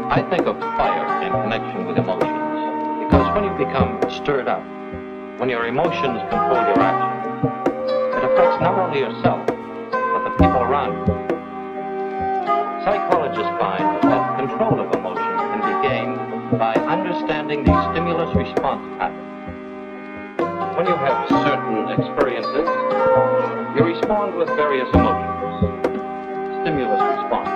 I think of fire in connection with emotions, because when you become stirred up, when your emotions control your actions, it affects not only yourself, but the people around you. Psychologists find that control of emotion can be gained by understanding the stimulus-response pattern. When you have certain experiences, you respond with various emotions. Stimulus response.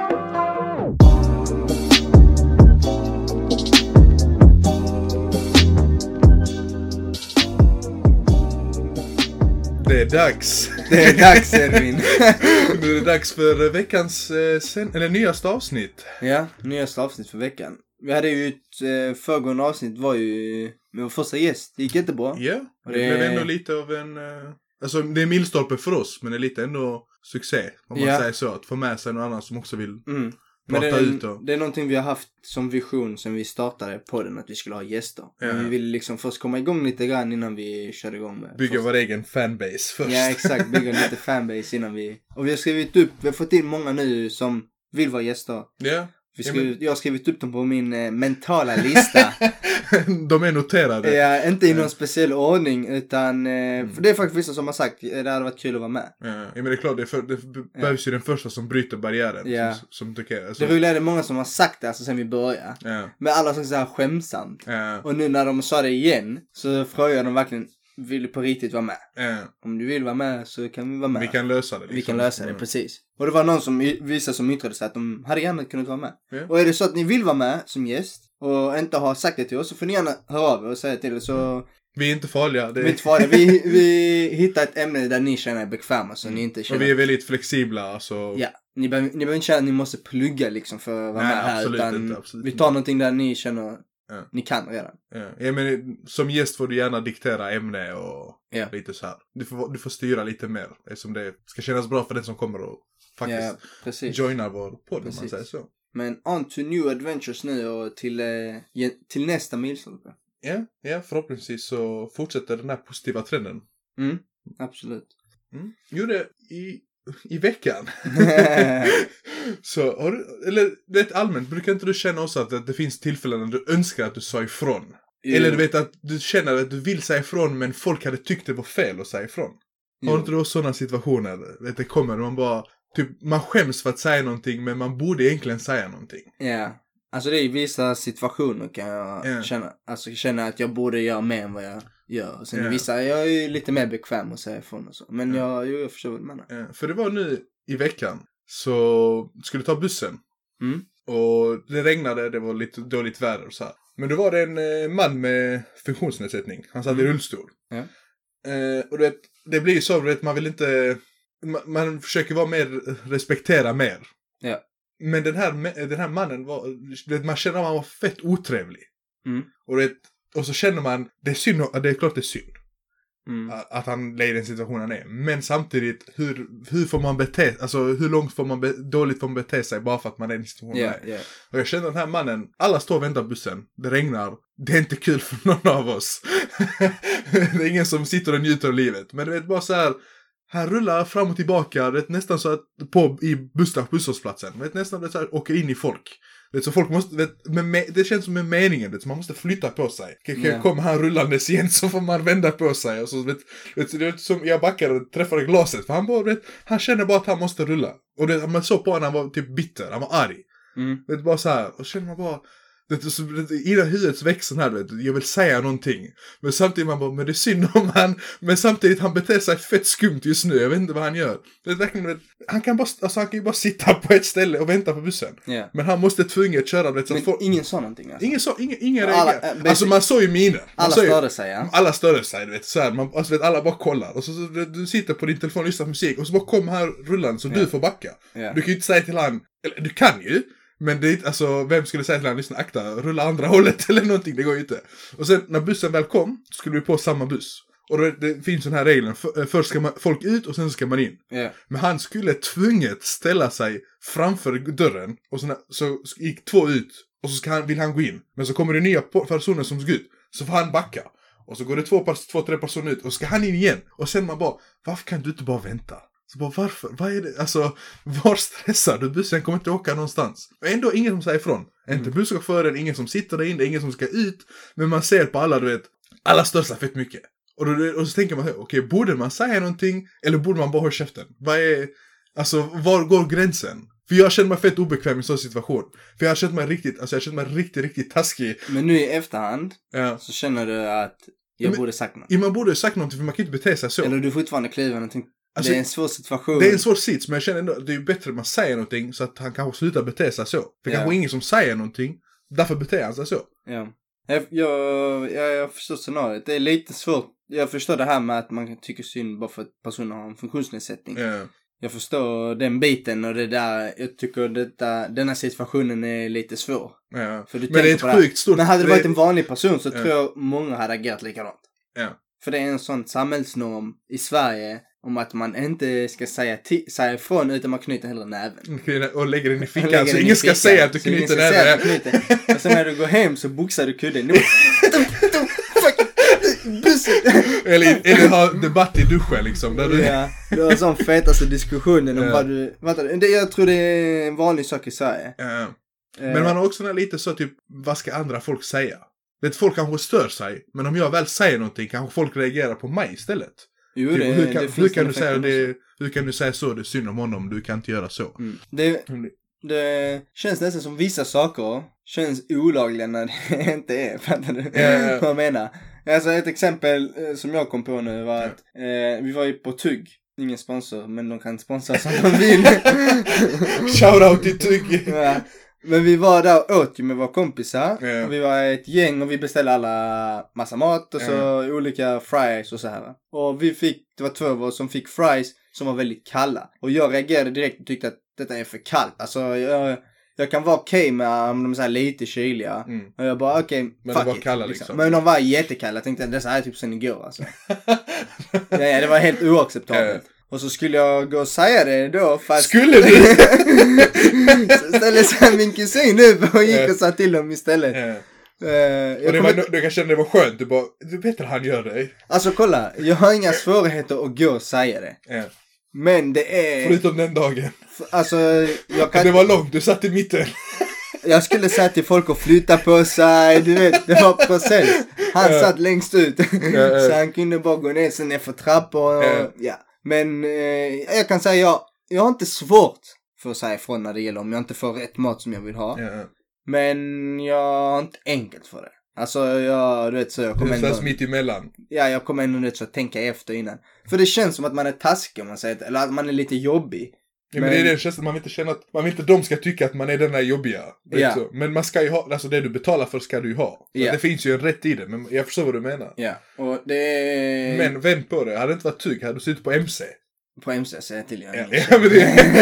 Det är dags. Det är dags, Edvin. Nu är det dags för veckans nyaste avsnitt. Ja, nyaste avsnitt för veckan. Vi hade ju ett föregående avsnitt var ju med vår första gäst. Det gick jättebra. Ja, det blev ändå lite av en... Alltså det är milstolpe för oss, men det är lite ändå succé. Om man säger så, att få med sig någon annan som också vill prata ut. Det är någonting vi har haft som vision sen vi startade podden, att vi skulle ha gäster. Ja. Men vi ville liksom först komma igång lite grann innan vi körde igång med. Bygga vår egen fanbase först. Ja, exakt. Bygga lite fanbase innan vi... Och vi har fått in många nu som vill vara gäster. Ja. Jag har skrivit upp dem på min mentala lista. De är noterade. Ja, inte i någon speciell ordning, utan för det är faktiskt vissa som har sagt det hade varit kul att vara med. Ja, men det är klart, det behövs ju den första som bryter barriären. Ja. Som tycker, alltså. Det roliga är det många som har sagt det alltså sen vi började. Ja. Men alla som säger skämsamt. Ja. Och nu när de sa det igen så frågar de verkligen, vill du på riktigt vara med? Ja. Om du vill vara med så kan vi vara med. Vi kan lösa det. Liksom. Vi kan lösa det, precis. Och det var någon som visade som yttrade sig att de hade gärna kunnat vara med. Ja. Och är det så att ni vill vara med som gäst och inte har sagt det till oss, så får ni gärna höra av er och säga till oss. Så... Vi är inte farliga. Vi är inte farliga. Vi hittar ett ämne där ni känner er bekväma, så ni inte känner... Och vi är väldigt flexibla. Alltså... Ja, ni behöver inte känna att ni måste plugga liksom för att vara med här. Absolut utan inte, absolut vi tar någonting där ni känner ni kan redan. Ja, men som gäst får du gärna diktera ämne och lite så här. Du får styra lite mer. Eftersom det ska kännas bra för den som kommer och faktiskt joinar vår podd, om man säger så. Men on to new adventures nu och till nästa milstolpe. Ja, förhoppningsvis så fortsätter den här positiva trenden. Absolut. Gjorde i veckan. Så har du, eller rätt allmänt, brukar inte du känna också att det finns tillfällen när du önskar att du sa ifrån? Eller du vet att du känner att du vill säga ifrån, men folk hade tyckt det var fel att säga ifrån. Har inte du sådana situationer? Vet, det kommer man bara typ, man skäms för att säga någonting, men man borde egentligen säga någonting. Ja. Alltså det är i vissa situationer kan jag känna att jag borde göra mer än vad jag gör. Och sen i vissa, jag är ju lite mer bekväm att säga ifrån och så. Men jag förstår vad du menar. För det var nu i veckan så skulle ta bussen. Och det regnade, det var lite dåligt väder och så här. Men då var det en man med funktionsnedsättning. Han satt i rullstol. Och det blir ju så, man vill inte... Man försöker vara mer, respektera mer. Ja. Men den här mannen var, man känner att han var fett otrevlig. Och så känner man, det är synd, det är klart det är synd. Att han lever i den situationen han är. Men samtidigt, hur får man hur långt får man dåligt får man bete sig bara för att man är i den situationen han är. Och jag känner den här mannen, alla står och väntar på bussen. Det regnar, det är inte kul för någon av oss. Det är ingen som sitter och njuter av livet. Men du vet, bara så här. Han rullar fram och tillbaka, det är nästan så att i busshållplatsen, vet nästan det så här, åker in i folk. Vet, så folk måste det känns som en meningen, vet, så man måste flytta på sig. Kommer han rullandes igen så får man vända på sig och så vet som jag backade och träffade glaset, för han bara han känner bara att han måste rulla. Och man såg på honom, han var typ bitter, han var arg. Vet, bara så här, och känner man bara i det huvudets växeln här, vet, jag vill säga någonting. Men samtidigt man bara, men det är synd om han. Men samtidigt han beter sig fett skumt just nu. Jag vet inte vad han gör. Det är verkligen, han kan ju bara sitta på ett ställe och vänta på bussen. Men han måste tvunget köra. Vet, så men ingen sa någonting alltså. Ingen regler. Alltså man såg ju miner. Alla störde sig, vet, så här, vet, alla bara kollar. Och så du sitter på din telefon och lyssnar på musik. Och så bara kommer här rullan så du får backa. Du kan ju inte säga till han, eller du kan ju. Men det är inte, alltså, vem skulle säga till han, lyssna, akta, rulla andra hållet eller någonting, det går ju inte. Och sen när bussen väl kom, skulle vi på samma buss. Och det finns den här regeln, först ska folk ut och sen ska man in. Men han skulle tvunget ställa sig framför dörren, och så gick 2 ut, och så vill han gå in. Men så kommer det nya personer som ska ut, så får han backa. Och så går det 2-3 personer ut, och ska han in igen. Och sen man bara, varför kan du inte bara vänta? Så bara, varför? Vad är det? Alltså, var stressar du? Bussen kommer inte åka någonstans. Och ändå ingen som säger ifrån. Inte busschauffören, ingen som sitter där inne, ingen som ska ut. Men man ser på alla, du vet, alla största fett mycket. Och så tänker man, okej, borde man säga någonting? Eller borde man bara hålla käften? Alltså, var går gränsen? För jag känner mig fett obekväm i en sån situation. För jag har känt mig riktigt taskig. Men nu i efterhand så känner du att jag borde sagt något. Ja, man borde sagt någonting för man kan inte bete sig så. Eller du fortfarande kliver någonting. Alltså, det är en svår situation. Det är en svår sits, men jag känner ändå det är bättre att man säger någonting så att han kanske slutar bete sig så. För kanske ingen som säger någonting, därför beter han sig så. Ja. Jag förstår scenariot. Det är lite svårt. Jag förstår det här med att man tycker synd bara för att personen har en funktionsnedsättning. Jag förstår den biten och det där. Jag tycker denna situationen är lite svår. För du men det är ett sjukt stort. Men hade det varit en vanlig person så tror jag många hade agerat likadant. Ja. För det är en sån samhällsnorm i Sverige om att man inte ska säga ifrån utan man knyter hellre näven. Och lägger den i fickan så ingen ska säga att du knyter näven. Och sen när du går hem så boxar du kudden. eller ha debatt i duschen liksom. Där du har sån fetaste diskussionen om vad du... Jag tror det är en vanlig sak i Sverige. Men man har också lite så typ, vad ska andra folk säga? Vet, folk kanske stör sig, men om jag väl säger någonting kanske folk reagerar på mig istället. Jo, typ, hur kan du säga det? Hur kan du säga så? Det är synd om honom, du kan inte göra så. Det känns nästan som vissa saker känns olagliga när det inte är. Fattar du vad jag menar? Alltså ett exempel som jag kom på nu var att vi var ju på Tugg. Ingen sponsor, men de kan sponsra som de vill. Shoutout till Tugg. Ja. Men vi var där och åt ju med våra kompisar. Och vi var ett gäng och vi beställde alla massa mat och så olika fries och så här. Och det var 2 av oss som fick fries som var väldigt kalla. Och jag reagerade direkt och tyckte att detta är för kallt. Alltså jag kan vara okej med om de är så här lite kyliga. Och jag bara okej, men de var kalla liksom. Men de var jättekalla. Jag tänkte att det så här är typ sen igår alltså. ja, det var helt oacceptabelt. Och så skulle jag gå och säga det då. Fast skulle du? Så ställde sig min kusin upp och gick och sa till dem istället. Och du kan känna det var skönt. Du vet att han gör det. Alltså kolla, jag har inga svårigheter att gå och säga det. Men det är... Förutom den dagen. Alltså, jag kan... Det var långt, du satt i mitten. Jag skulle säga till folk att flytta på sig. Du vet, det var process. Han satt längst ut. Så han kunde bara gå ner sig ner för trappor. Men jag kan säga, jag har inte svårt för att säga ifrån när det gäller om jag inte får rätt mat som jag vill ha. Men jag har inte enkelt för det. Alltså, du vet så jag kommer ändå... mitt emellan. Ja, jag kommer ändå så att tänka efter innan. För det känns som att man är taskig om man säger det. Eller att man är lite jobbig. Ja, men det är det känns att man vill inte känna att... Man vill inte de ska tycka att man är den där jobbiga. Så. Men man ska ju ha... Alltså det du betalar för ska du ju ha. Det finns ju en rätt i det. Men jag förstår vad du menar. Ja, och det... Men vänd på det. Hade det inte varit Tugg hade du suttit på MC. På MC säger jag till jag. Ja, men det...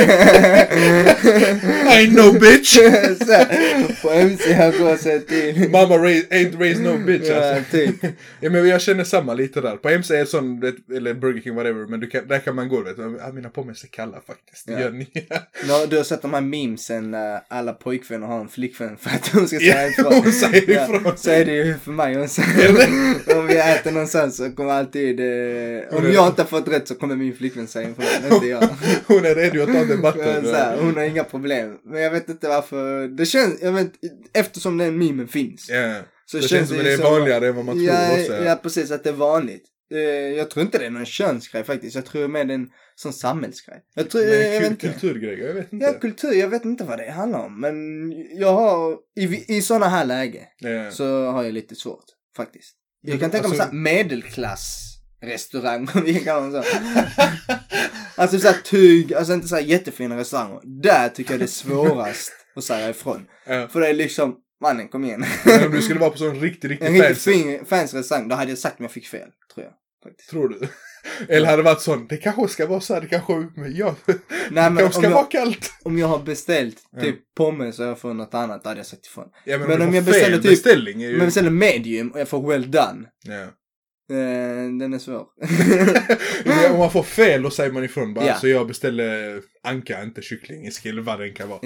I know bitch! Så, på MC jag går och säger till. Mamma ain't raised no bitch alltså. Typ. Ja, men jag känner samma lite där. På MC är det sån, eller Burger King, whatever. Men där kan man gå, vet du. Mina på mig är kalla faktiskt. Det gör ni. Du har sett de här memesen när alla pojkvänner har en flickvän för att de ska säga ifrån. Hon säger ifrån. Så är det ju för mig också. Om vi äter någonstans så kommer alltid... om jag inte har fått rätt så kommer min flickvän säga ifrån. Inte jag. Hon är redo att ta debatten. Hon har inga problem. Men jag vet inte varför. Det känns... eftersom den memen finns. Så det känns som det är vanligare än vad man tror också. Ja, precis. Att det är vanligt. Jag tror inte det är någon könsgrej faktiskt. Jag tror med en sån samhällsgrej. Jag tror, kulturgrej, jag vet inte. Ja, kultur. Jag vet inte vad det handlar om. Men jag har... I såna här läge så har jag lite svårt faktiskt. Jag kan tänka mig så här medelklassrestaurang. Vi kan så. Alltså så här Tugg. Alltså inte så här jättefina restauranger. Där tycker jag det är svårast att säga ifrån. För det är liksom... Mannen, kom igen. Men om du skulle vara på sån riktigt fancy restaurang, då hade jag sagt om jag fick fel, tror jag. Faktiskt. Tror du? Eller hade det varit sån, det kanske ska vara så här, det kanske ska vara kallt. Om jag har beställt typ pommes och jag får något annat, då hade jag sagt ifrån. Ja, men om jag beställer typ, beställning är ju... Men jag beställer medium och jag får well done. Ja. Den är svår. Om man får fel, då säger man ifrån bara. Så jag beställer anka, inte kyckling i skill, vad den kan vara.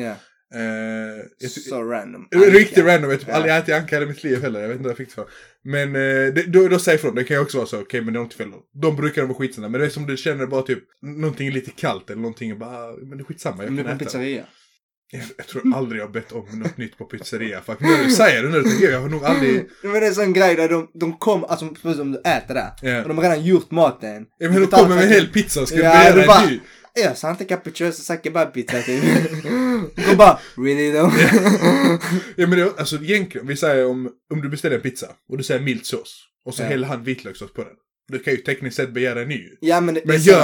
Så random. Riktigt random. Jag har aldrig ätit anka i mitt liv heller. Jag vet inte vad jag fick det för. Men då säger ifrån. Det kan ju också vara så. Okej, men det är inte fel. De brukar vara skitsamma. Men det är som du känner bara typ någonting lite kallt eller någonting bara, men det är skitsamma. Men det är på pizzeria. Jag tror aldrig jag har bett om något nytt på pizzeria. Faktiskt. När du säger det nu, jag har nog aldrig... Men det är en sån grej där de kom, alltså om du äter där. Yeah. Och de har redan gjort maten. Ja, men de kommer med en hel pizza och ska begära en ny. Jag sa inte cappuccino, så sa kebabpizza typ. Och bara, really though? Ja, men det, alltså egentligen, vi säger om du beställer en pizza och du säger mild sås. Och så häller han vitlökssås på den. Du kan ju tekniskt sett begära en ny. Ja, men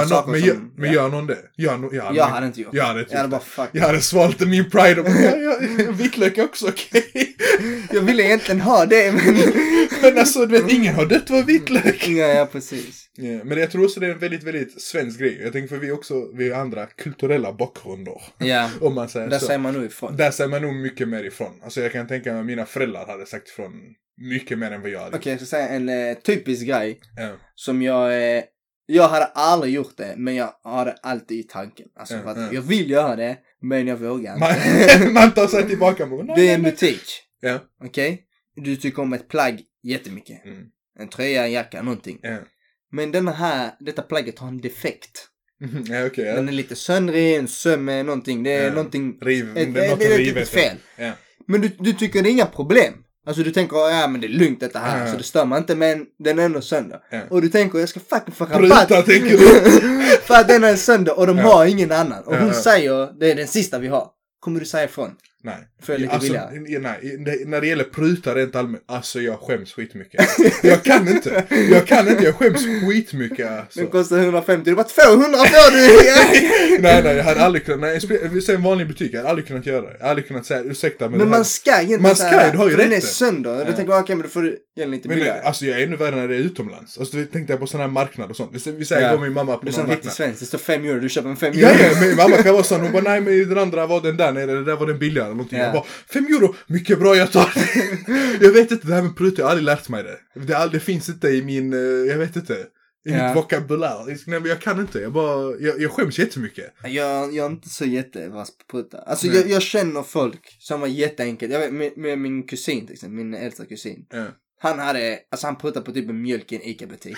gör någon det? Jag hade inte gjort det. Jag hade svalt min pride och vitlök också, okej. Jag ville egentligen ha det, men alltså, du vet, ingen har dött av vitlök. Ja, precis. Ja, men jag tror också det är en väldigt, väldigt svensk grej. Jag tänker för vi har andra kulturella bakgrunder. Ja, om man säger där så. Säger man nog ifrån. Där säger man nog mycket mer ifrån. Alltså jag kan tänka mig att mina föräldrar hade sagt ifrån mycket mer än vad jag hade. Okej, jag ska säga en typisk grej som jag hade aldrig gjort det, men jag hade alltid i tanken. Alltså för att jag vill göra det, men jag vågar inte. Man tar sig tillbaka. Det är en butik. Ja. Okej? Du tycker om ett plagg jättemycket. En tröja, en jacka, någonting. Men detta plagget har en defekt. Ja, okay, Den är lite söndrig, en sömme, någonting. Det är någonting... Det är lite fel. Ja. Men du tycker det är inga problem. Alltså du tänker, men det är lugnt detta här, så det stör man inte, men den är ändå sönder. Och du tänker, jag ska fucking få rabatt. Tänker du? För att den är sönder och de har ingen annan. Och hon säger, det är den sista vi har. Kommer du säga ifrån? Nej. För lite billigare. Nej. När det gäller prutar rent allmänt, alltså jag skäms skitmycket. Jag kan inte, jag skäms skitmycket. Alltså. Den kostar 150, det var 200 för du! Nej, jag hade aldrig kunnat, vi säger en vanlig butik, jag hade aldrig kunnat göra det. Jag hade aldrig kunnat säga, ursäkta. Men man ska inte du har ju rätt. Den är sönder. Då tänker jag, okej, men då får du gärna lite billigare. Men alltså jag är ännu värre när det är utomlands. Alltså du tänkte jag på sådana här marknader och sånt. Vi säger, går min mamma på någon marknad. Du är som riktigt svensk, det står 5 euro, du köper en 5 euro. Ja, min mamma kan vara sån, hon bara, nej men den andra var den där nere, det där var den billigare eller någonting. Jag bara, 5 euro, mycket bra, jag tar det. Jag vet inte, det här med prut, jag har aldrig lärt mig det. Det finns inte i min, jag vet inte, i mitt vokabulär. Nej, men jag kan inte, jag skäms jättemycket. Jag är inte så jättevass på prutta. Alltså jag känner folk som var jätteenkelt. Jag vet, med min kusin till exempel, min äldsta kusin. Han pruttade på typ en mjölk i en Ica-butik.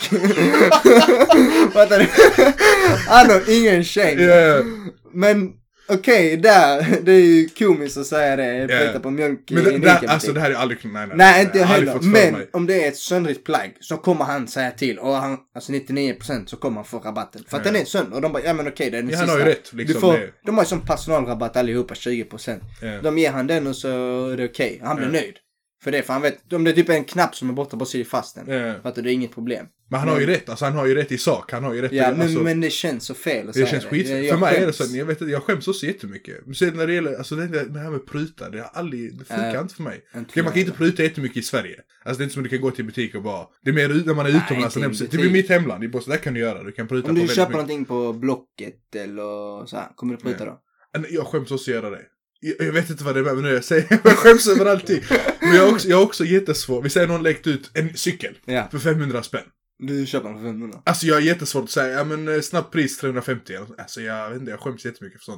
Han har ingen käng. Men okej, det är ju komiskt att säga det. Prutta på mjölk i en Ica-butik. Alltså det här är aldrig... Nej, inte jag heller. Men om det är ett söndrigt plagg så kommer han säga till. Och han, alltså 99% så kommer han få rabatten. För att den är sönder. Och de bara, men okej, det är den sista. Han har ju rätt. Liksom, de har ju som personalrabatt allihopa, 20%. De ger han den och så är det okej. Han blir nöjd. För det, för han vet, om det är typ en knapp som är borta, bara syr fast den. För att det är inget problem. Men han har ju rätt, alltså han har ju rätt i sak. Han har ju rätt men det känns så fel att säga det. Känns skit. För mig är det så, jag vet inte, jag skäms också jättemycket. Men sen när det gäller, alltså det här med pruta, det funkar inte för mig. Man kan inte pruta jättemycket i Sverige. Alltså det är inte som att du kan gå till butik och bara, det är mer när man är utomlands. Det blir mitt hemland, i Boston, där kan du göra, du kan pruta. Om du köper någonting på Blocket eller så här, kommer du pruta då? Jag skäms också göra det. Jag vet inte vad det är med, men jag säger, jag skäms över allting. Men jag har också jättesvår. Vi säger någon läggt ut en cykel för 500 spänn. Du köper den för 500? Alltså jag har jättesvårt att säga, men snabbt pris 350. Alltså jag vet inte, jag skäms jättemycket för sånt.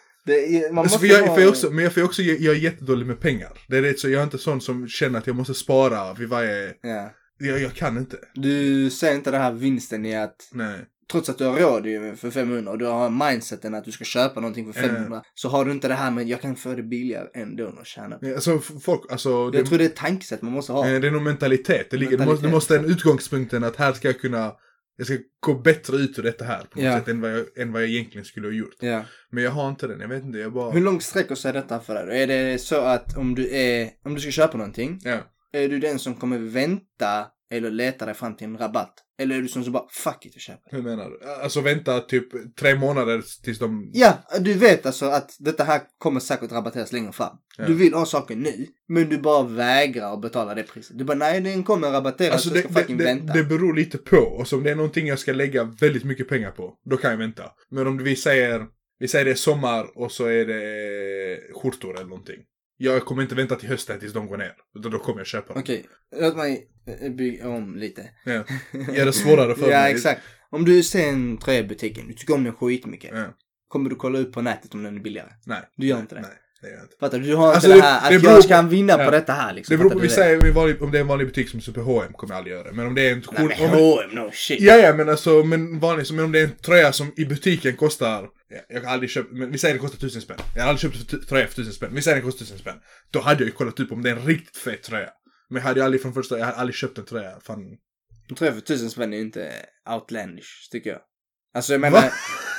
Jag får också jag är jättedålig med pengar. Det är det, så jag är inte sån som känner att jag måste spara vid varje... Jag kan inte. Du ser inte det här vinsten i att... Nej. Trots att du har råd för 500 och du har mindseten att du ska köpa någonting för 500 så har du inte det här med jag kan få det billigare ändå och tjäna. Alltså folk, alltså jag tror det är ett tankesätt man måste ha. Det är nog mentalitet. Det måste en utgångspunkten att här ska jag ska gå bättre ut ur detta här på något sätt än vad jag egentligen skulle ha gjort. Men jag har inte den, jag vet inte, Hur långt sträcker sig detta för dig? Är det så att om du ska köpa någonting är du den som kommer vänta eller leta dig fram till en rabatt? Eller är du som så bara, fuck it, jag köper? Hur menar du? Alltså vänta typ 3 månader tills de... Ja, du vet alltså att detta här kommer säkert rabatteras längre fram. Du vill ha saken nu, men du bara vägrar att betala det priset. Du bara, nej, den kommer rabatteras, alltså, så jag ska fucking vänta. Det beror lite på. Och om det är någonting jag ska lägga väldigt mycket pengar på, då kan jag vänta. Men om vi säger det är sommar och så är det skjortor eller någonting. Jag kommer inte vänta till hösten tills de går ner. Då kommer jag köpa dem. Okej, låt mig bygga om lite. Gör det svårare för mig. Ja, exakt. Om du ser en tröja i butiken, du tycker om den skitmycket. Kommer du kolla ut på nätet om den är billigare? Nej. Du gör inte det? Nej. Fattar du har inte det här att jag kan vinna på detta här liksom. Det beror på, vi säger om det är en vanlig butik som Super H&M kommer jag aldrig göra. Men om det är en H&M, no shit. Ja, men alltså, men om det är en tröja som i butiken kostar, jag har aldrig köpt, men vi säger det kostar 1000 spänn. Jag har aldrig köpt tröja för 1000 spänn. Vi säger det kostar 1000 spänn. Då hade jag ju kollat upp om det är en riktigt fet tröja. Men jag hade aldrig köpt en tröja. Fan. En tröja för 1000 spänn är ju inte outlandish, tycker jag. Alltså jag menar,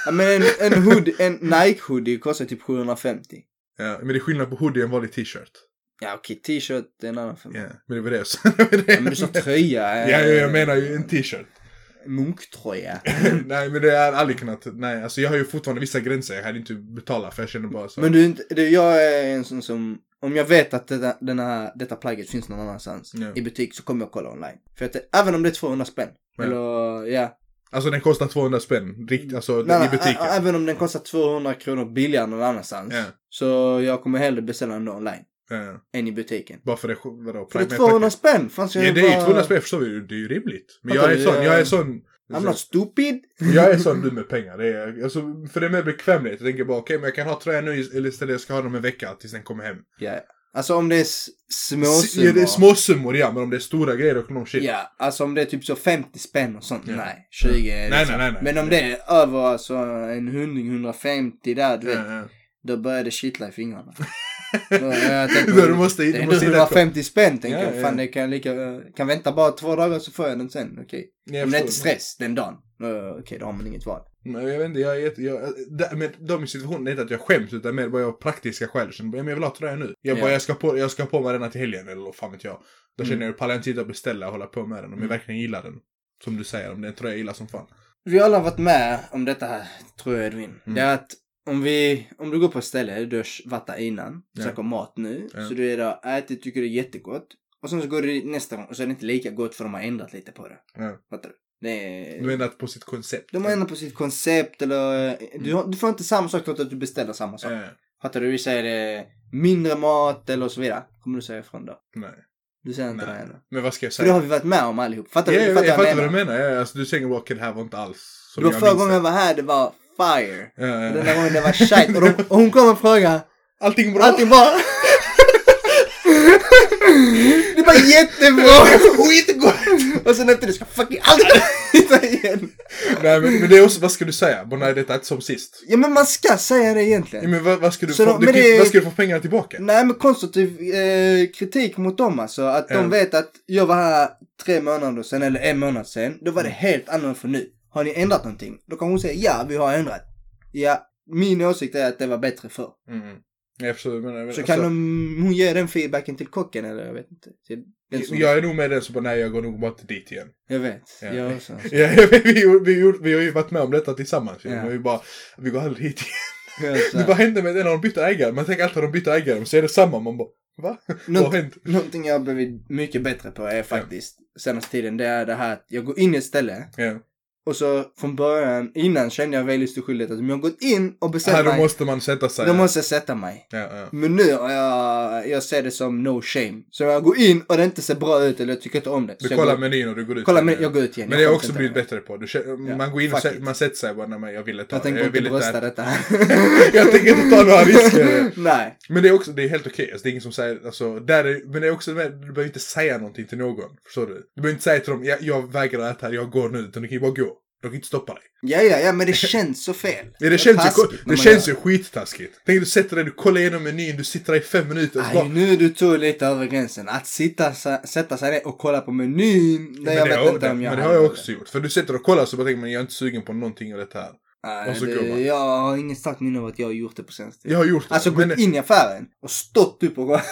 en Nike hoodie kostar typ 750. Ja, men det är skillnad på hoodie och en vanlig t-shirt. Ja, okej, t-shirt är en annan för mig. Ja, men det var det. Men du sa tröja. Ja, jag menar ju en t-shirt. Munktröja. Nej, men det är aldrig kunnat. Nej, alltså jag har ju fortfarande vissa gränser. Jag hade inte betalat för jag känner bara så. Men jag är en sån som, om jag vet att detta plagget finns någon annanstans i butik, så kommer jag kolla online. För att även om det är 200 spänn. Ja. Eller, ja. Alltså den kostar 200 spänn alltså i butiken. Även om den kostar 200 kronor billigare någon annanstans. Ja. Så jag kommer hellre beställa den online. Än i butiken. Bara för det, vadå? För det är 200 spänn. Ja, det är 200 spänn, förstår vi. Det är ju rimligt. Men jag är sån. I'm not stupid. Jag är sån du med pengar. Det är, alltså, för det är mer bekvämlighet. Jag tänker bara, okej, men jag kan ha tröja nu eller istället jag ska ha dem en vecka tills den kommer hem. Ja. Alltså om det är småsummor. Ja, det är småsummor, ja. Men om det är stora grejer och någon shit. Ja, alltså om det är typ så 50 spänn och sånt. Ja. Nej, 20. Nej. Men om det är över alltså en 150 där, du vet. Då börjar det kittla i fingrarna. Du måste 150 spänn tänker jag. Fan, det kan vänta bara 2 dagar så får jag den sen. Okej. Om det är inte stress den dagen. Okej, då har man inget val. Men jag vet inte, men de situationen är inte att jag skäms, utan mer bara jag praktiska skäl. Men jag vill ha tröja nu. Jag ska på med den till helgen, eller vad fan vet jag. Då känner jag pallar inte att beställa och hålla på med den om jag verkligen gillar den. Som du säger, om det är en tröja jag gillar som fan. Vi har alla varit med om detta här, tror jag, Edvin. Det är att om du går på ett ställe, du har varit innan, söker mat nu, så du är där, ätit, tycker det är jättegott. Och sen så går du nästa gång och så är det inte lika gott för de har ändrat lite på det. Fattar du? De har ändrat på sitt koncept. De har ändrat på sitt koncept, eller du får inte samma sak trots att du beställer samma sak. Fattar du? Vi säger mindre mat eller så vidare. Kommer du säga ifrån då? Nej. Du säger inte det heller. Men vad ska jag säga? För det har vi varit med om allihop. Fattar du? Jag fattar vad du menar. Ja, alltså, du säger bara, det här var inte alls som jag minns. Förra gången jag var här, det var fire. Och den här gången det var shit. Och hon kom och frågade. Allting bra? Allting bra. Det var jättebra. Skitgott. Och sen efter det ska fucking aldrig hitta igen. Nej, men det är också, vad ska du säga? Nej, det är inte som sist. Ja, men man ska säga det egentligen. Ja, men vad ska du få? Vad ska du få pengar tillbaka? Nej, men konstruktiv kritik mot dem alltså. Att de vet att jag var här 3 månader sedan eller 1 månad sedan. Då var det helt annorlunda för nu. Har ni ändrat någonting? Då kan hon säga, ja, vi har ändrat. Ja, min åsikt är att det var bättre för. Så kan hon ge den feedbacken till kocken, eller jag vet inte. Jag är nog med den som bara, nej, jag går nog bara inte dit igen. Jag vet. Jag också. Vi har ju varit med om detta tillsammans. Vi går aldrig hit igen. Det bara hände med det när de byter ägare. Man tänker alltid att de byter ägare, så är det samma. Man bara, va? Vad har hänt? Någonting jag har blivit mycket bättre på är faktiskt senaste tiden. Det är det här att jag går in i ett ställe. Och så från början, innan kände jag väldigt stor skyldighet att om jag har gått in och bestämt mig. Då måste man sätta sig. Då måste jag sätta mig. Men nu jag ser det som no shame. Så jag går in och det inte ser bra ut eller jag tycker inte om det. Du kollar menyn och du går ut. Jag går ut igen. Men det har också blivit bättre på. Man går in och man sätter sig bara när jag ville ta. Jag tänker inte brösta detta här. Jag tänker inte ta några risker. Nej. Men det är också, det är helt okej. Alltså, det är ingen som säger, alltså, men det är också, du behöver inte säga någonting till någon. Förstår du? Du behöver inte säga till dem, jag vägrar äta här, jag går nu. Utan du kan ju bara gå. De kan inte stoppa dig. Ja, men det känns så fel. Ja, det känns ju skittaskigt. Tänk du sätter dig, du kollar igenom menyn, du sitter där i 5 minuter. Nej, nu du tog lite över gränsen. Att sätta sig ner och kolla på menyn. Men det har jag också gjort. För du sitter och kollar så bara tänker man, jag är inte sugen på någonting av det här. Nej, jag har ingen starkt minne av att jag har gjort det på senaste. Jag har gjort det. Alltså gått in i affären och stått upp och gått.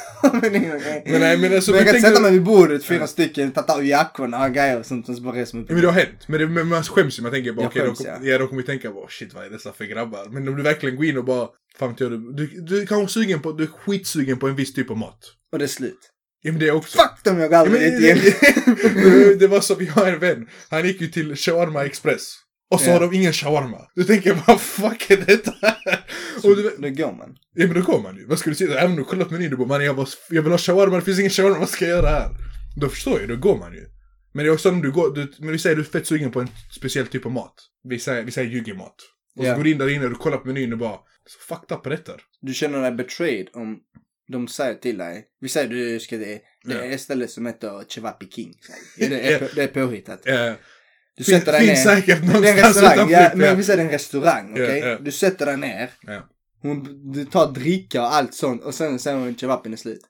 men alltså, jag kan sätta mig vid bordet 4 stycken, ta av jackorna och grejer och sånt och så bara resa mig upp. Men det har hänt. Men man skäms ju. Man tänker bara, då kommer vi tänka bara, shit, vad är dessa för grabbar? Men om du verkligen går in och bara, fan vet jag, du kanske du är skitsugen på en viss typ av mat. Och det är slut. Ja, men det är också. Fuck dem, jag går aldrig dit igen. Det var så, vi har en vän. Han gick ju till Shawarma Express. Och så har de ingen shawarma. Du tänker, vad fuck är detta här? Då går man. Ja, men då går man ju. Vad ska du säga? Även om du kollar på menyn, du bara, jag vill ha shawarma, det finns ingen shawarma, vad ska jag göra här? Då förstår jag, då går man ju. Men det är också om men vi säger du är fett sugen på en speciell typ av mat. Vi säger jugemat. Och så går du in där inne och du kollar på menyn och bara, så fucked up på detta. Du känner dig betrayed om de säger till dig. Vi säger du ska det är ett ställe som heter Cevapi King. Det är påhittat. Du sätter dig ner. Finns säkert någonstans det är en restaurang, utanför. men vi säger det är en restaurang, okej? Ja. Du sätter dig ner. Ja. Du tar dricka och allt sånt. Och sen säger hon Cevapin är slut.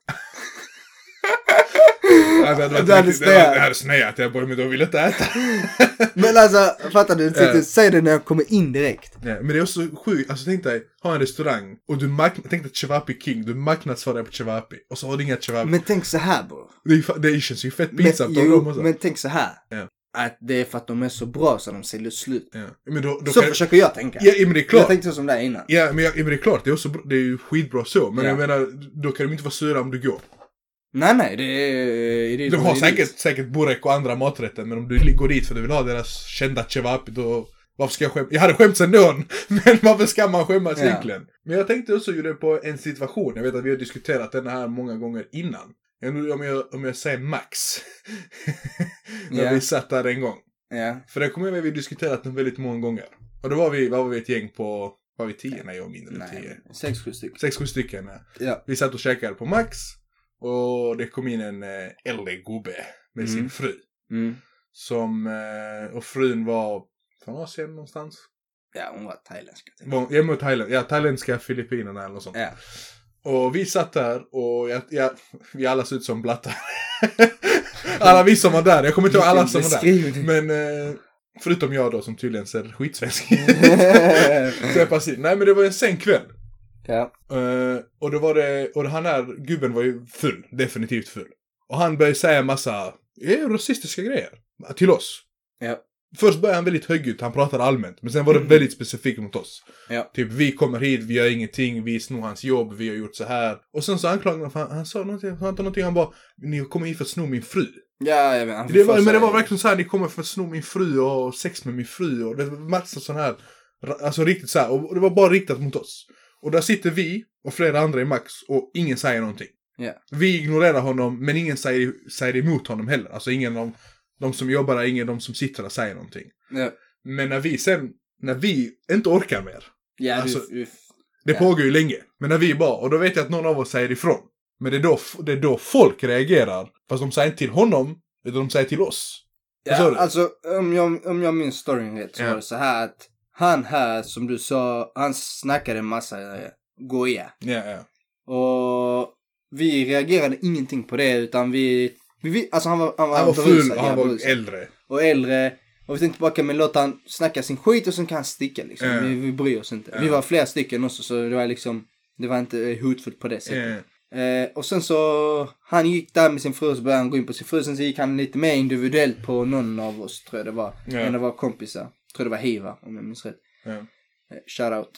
Det hade snöat. Jag bara, men då vill jag inte äta. Men alltså, fattar du? Säg det när jag kommer in direkt. Ja, men det är också sjukt. Alltså tänk dig, ha en restaurang. Och du tänk dig Cevapi King. Du marknadsför dig på Cevapi. Och så har du inga Cevapi. Men tänk så här, bro. Det känns ju fett pinsamt av dem också. Men tänk så här. Ja. Att det är för att de är så bra så de säljer slut. Ja. Men då så försöker jag tänka. Ja, men det är klart. Jag tänkte som det är innan. Ja, men det är klart. Det är, också, det är ju skitbra så. Men ja. jag menar, då kan de inte vara sura om du går. Nej, det är de har säkert burek och andra maträtter. Men om du går dit för du vill ha deras kända Cevapi, då... Varför ska jag skämmas? Jag hade skämts ändå. Men varför ska man skämmas egentligen? Men jag tänkte också ju det på en situation. Jag vet att vi har diskuterat den här många gånger innan. Om jag säger Max. När vi satt där en gång. För det kommer jag ihåg att vi diskuterat den väldigt många gånger. Och då var vi ett gäng på... Var vi 10? Nej, jag mindre än 10. 6-7 stycken. 6-7 stycken, ja. Vi satt och käkade på Max. Och det kom in en äldre gubbe med sin fru. Som... Och frun var... Från Asien någonstans. Ja, hon var thailändska. Jag var thailändska, Filippinerna eller något sånt. Ja. Och vi satt där och vi alla såg ut som blattar. Alla vi som var där. Jag kommer inte ihåg alla som var där. Men förutom jag då som tydligen ser skitsvensk. Så jag passade. Nej, men det var en sen kväll. Ja. Och då var det, och han här gubben var ju full, definitivt full. Och han började säga massa rasistiska grejer till oss. Ja. Först började han väldigt högljutt, han pratade allmänt. Men sen var det väldigt specifikt mot oss. Ja. Typ, vi kommer hit, vi gör ingenting, vi snor hans jobb, vi har gjort så här. Och sen så anklagade han sa någonting, han bara, ni kommer hit för att sno min fru. Ja, jag vet. Men det var verkligen så här, ni kommer för att sno min fru och sex med min fru. Och det var massa sån här, alltså riktigt så här. Och det var bara riktat mot oss. Och där sitter vi och flera andra i Max och ingen säger någonting. Yeah. Vi ignorerar honom, men ingen säger emot honom heller. Alltså ingen av de som jobbar där, ingen av de som sitter där säger någonting. Yeah. Men när vi inte orkar mer. Yeah, alltså, det pågår ju länge. Men när vi bara, och då vet jag att någon av oss säger ifrån. Men det är då folk reagerar. Fast de säger inte till honom, utan de säger till oss. Ja, alltså om jag minns storyn rätt så var det så här att han här, som du sa, han snackade en massa goja. Ja. Och vi reagerade ingenting på det, utan vi alltså han var full och han var äldre. Och äldre. Och vi tänkte bara, men låt han snacka sin skit och sen kan han sticka liksom. Vi bryr oss inte. Vi var flera stycken också, så det var liksom, det var inte hotfullt på det sättet. Och sen så han gick där med sin fru, så började han gå in på sin fru. Sen så gick han lite mer individuellt på någon av oss, tror jag det var. Men det var kompisar. Tror det var Hiva, om jag minns rätt. Shout out.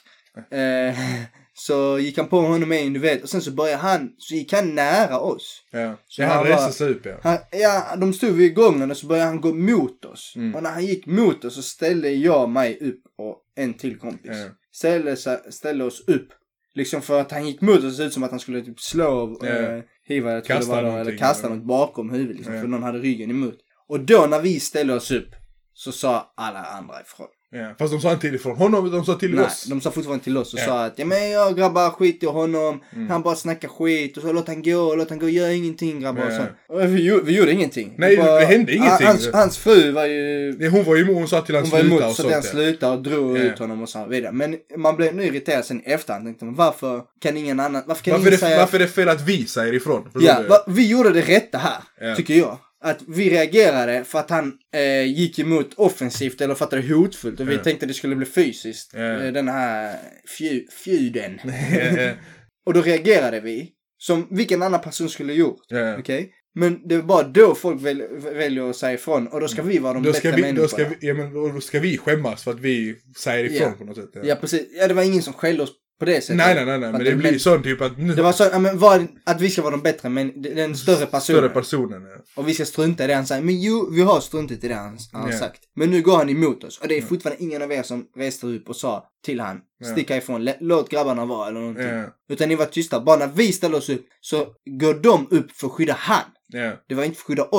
Så gick han på honom med individuellt. Och sen så så gick han nära oss. Så han reste sig upp, de stod vid gången och så började han gå mot oss. Och när han gick mot oss så ställde jag mig upp och en till kompis. Ställde oss upp. Liksom för att han gick mot oss, så ser ut som att han skulle typ slå Hiva, jag tror det var då, eller kasta något bakom huvudet liksom, för någon hade ryggen emot. Och då när vi ställde oss upp så sa alla andra ifrån. Fast de sa inte ifrån honom, de sa till oss. De sa fortfarande till oss och sa att jag grabbar, skit i honom. Han bara snackar skit och så låt han gå, gör ingenting grabbar och så. Och vi gjorde ingenting. Nej, det hände ingenting. Hans fru var ju... Hon sa till han sluta och så. Han sluta och drog ut honom och så vidare. Men man blev nu irriterad sen i efterhand. Tänkte man, varför kan ingen annan... Varför är det fel att vi säger ifrån? Vi gjorde det rätta här, tycker jag. Att vi reagerade för att han gick emot offensivt eller fattade hotfullt. Och vi tänkte det skulle bli fysiskt. Den här fjuden. Och då reagerade vi som vilken annan person skulle gjort. Okay? Men det är bara då folk väljer att säga ifrån. Och då ska vi vara de bättre människorna. Då ska vi skämmas för att vi säger ifrån på något sätt. Ja, precis. Ja, det var ingen som skällde oss på det sättet. Nej. Men det blir sån typ att... Det var så att vi ska vara de bättre, men den större personen. Och vi ska strunta i det han säger. Men vi har struntat i det han har sagt. Men nu går han emot oss. Och det är fortfarande ingen av er som reste upp och sa till han, sticka ifrån, låt grabbarna vara eller någonting. Utan ni var tysta. Bara när vi ställer oss upp så går de upp för att skydda han. Det var inte för att skydda oss.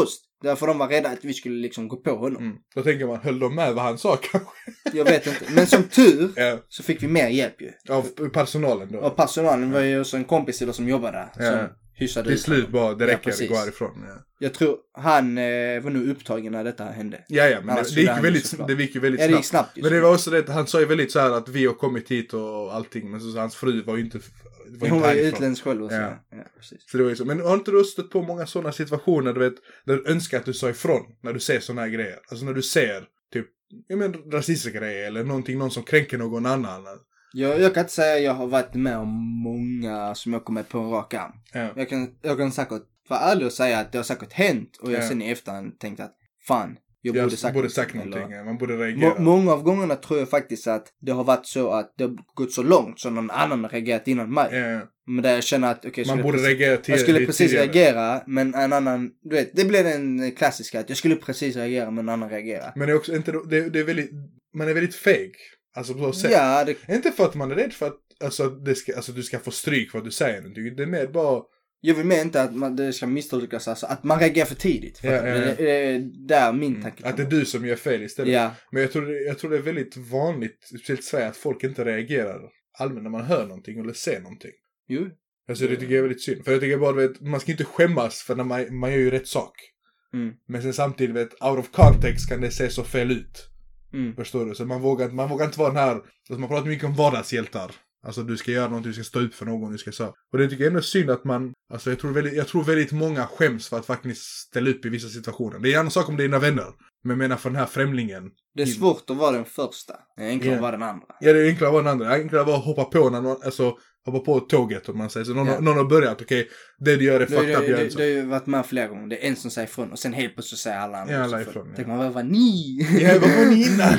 Därför de var rädda att vi skulle liksom gå på honom. Då tänker man, höll de med vad han sa kanske? Jag vet inte. Men som tur så fick vi mer hjälp ju. Av personalen då? Av personalen var ju också en kompis till oss som jobbade där. Som hyssade ut. Till slut bara, det räcker att gå härifrån. Ja. Jag tror han var nu upptagen när detta hände. Ja, men det gick ju väldigt snabbt. Det gick snabbt men det var också det, han sa ju väldigt så här att vi har kommit hit och allting. Men så hans fru var ju inte hon var ju utländsk själv också. Ja, precis. Så det var ju så. Men har inte du stött på många sådana situationer, du vet, där du önskar att du sa ifrån när du ser såna här grejer? Alltså när du ser typ, rasistiska grejer eller någon som kränker någon annan. Jag kan inte säga att jag har varit med om många som jag kommer på en rak arm. Ja. Jag kan säkert vara ärlig och säga att det har säkert hänt och jag sen i efterhand tänkt att fan, jag borde sagt någonting. Man borde reagera. Många av gångerna tror jag faktiskt att det har varit så att det har gått så långt så någon annan har reagerat innan mig. Men där jag känner att jag skulle precis reagera, men en annan, du vet, det blir den klassiska att jag skulle precis reagera men en annan reagerar. Men det är också inte, det är väldigt, man är väldigt feg. Alltså på så sätt. Ja, inte för att man är rädd för att du ska få stryk för att du säger någonting. Det är mer bara... Jag vill med inte att det ska misstolkas, alltså att man reagerar för tidigt. Det är där min tanke. Att det är du som gör fel istället. Ja. Men jag tror det är väldigt vanligt, speciellt i Sverige, att folk inte reagerar allmänt när man hör någonting eller ser någonting. Jo. Alltså det tycker jag är väldigt synd. För jag tycker bara, vet, man ska inte skämmas för när man gör ju rätt sak. Men sen samtidigt, vet, out of context kan det se så fel ut. Förstår du? Så man vågar inte vara den här, alltså man pratar mycket om vardagshjältar. Alltså du ska göra något, du ska stå upp för någon, du ska så. Och det tycker jag ändå synd att man, alltså jag tror väldigt många skäms för att faktiskt ställa upp i vissa situationer. Det är en annan sak om det är dina vänner. Men jag menar för den här främlingen. Det är svårt att vara den första. Det är enklare att vara den andra. Ja, det är enklare att vara den andra. Det är enklare att vara hoppa på när någon, alltså hoppa på tåget om man säger. Så någon har börjat, okej, det du gör är fucked up. Det har ju varit med flera gånger. Det är en som säger ifrån och sen helt plötsligt säger alla andra. Ja, alla ifrån. Tänk man, vad var ni? Ja, vad var ni innan?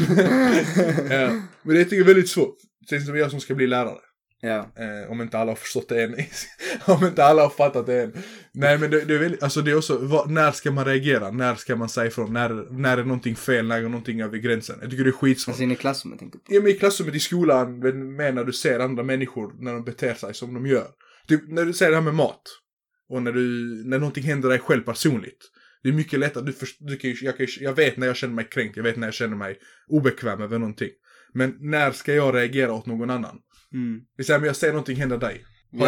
Ja. Men det tycker jag är väldigt svårt. Det är som jag som ska bli lärare. Ja. Om inte alla har förstått det än. Om inte alla har fattat det än. Nej, men det är väldigt, alltså det är också, när ska man reagera? När ska man säga ifrån? När är någonting fel? När är någonting över gränsen? Jag tycker det är skitsvårt. Alltså i klassrummet tänker du? Ja, men i klassrummet, i skolan, men när du ser andra människor när de beter sig som de gör. Typ när du säger det här med mat. Och när någonting händer dig själv personligt. Det är mycket lättare. Jag vet när jag känner mig kränkt. Jag vet när jag känner mig obekväm över någonting. Men när ska jag reagera åt någon annan? Det säger, men jag säger någonting händer dig.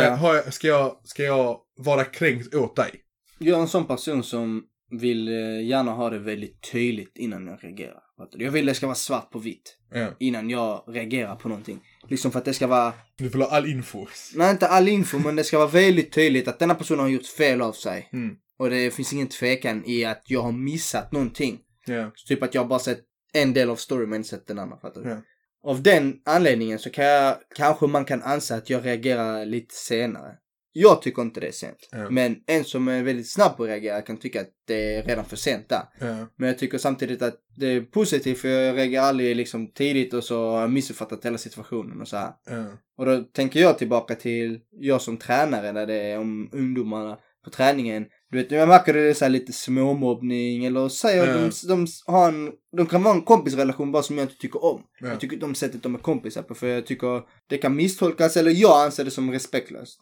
Ska jag vara kränkt åt dig? Jag är en sån person som vill gärna ha det väldigt tydligt innan jag reagerar. Jag vill det ska vara svart på vitt innan jag reagerar på någonting. Liksom för att det ska vara... Du vill ha all info. Nej, inte all info, men det ska vara väldigt tydligt att denna person har gjort fel av sig. Och det finns ingen tvekan i att jag har missat någonting. Så typ att jag bara sett en del av story men sett den andra, fattar du? Av den anledningen så kanske man kan anse att jag reagerar lite senare. Jag tycker inte det är sent. Men en som är väldigt snabb på att reagera kan tycka att det är redan för sent där. Men jag tycker samtidigt att det är positivt för jag reagerar aldrig liksom tidigt och så har jag missuppfattat hela situationen och så här. Och då tänker jag tillbaka till jag som tränare när det är om ungdomarna på träningen. Du vet, jag märker det är så här lite småmobbning eller säger de kan vara en kompisrelation bara som jag inte tycker om. Jag tycker de sättet de är kompisar på för jag tycker det kan misstolkas eller jag anser det som respektlöst.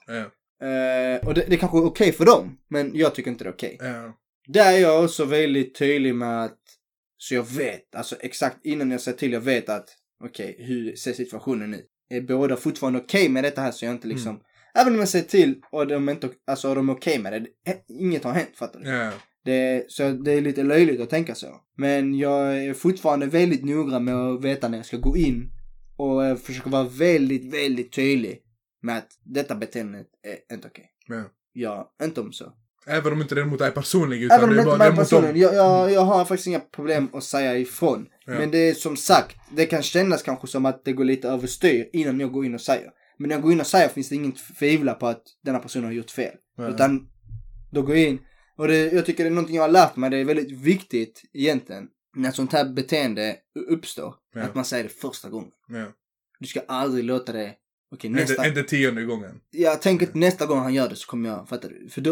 Och det kanske är okej för dem, men jag tycker inte det är okej. Där är jag också väldigt tydlig med att så jag vet, alltså exakt innan jag säger till jag vet att okej, hur ser situationen ut? Är båda fortfarande okej med detta här så jag inte liksom även om jag säger till och de är okej med det. Inget har hänt, fattar du? Så det är lite löjligt att tänka så. Men jag är fortfarande väldigt noggrann med att veta när jag ska gå in. Och försöka vara väldigt, väldigt tydlig med att detta beteendet är inte okej. Ja, inte om så. Även om inte det är mot dig personligen. Utan även om det inte bara mig personligen. Jag har faktiskt inga problem att säga ifrån. Men det är som sagt, det kan kännas kanske som att det går lite överstyr innan jag går in och säger. Men när jag går in och säger finns det inget tvivla på att denna person har gjort fel. Utan då går jag in. Och jag tycker det är någonting jag har lärt mig. Det är väldigt viktigt egentligen. När sånt här beteende uppstår. Att man säger det första gången. Du ska aldrig låta det. Okej, nästa... Inte 10:e gången. Jag tänker att nästa gång han gör det så kommer jag, fattar du? För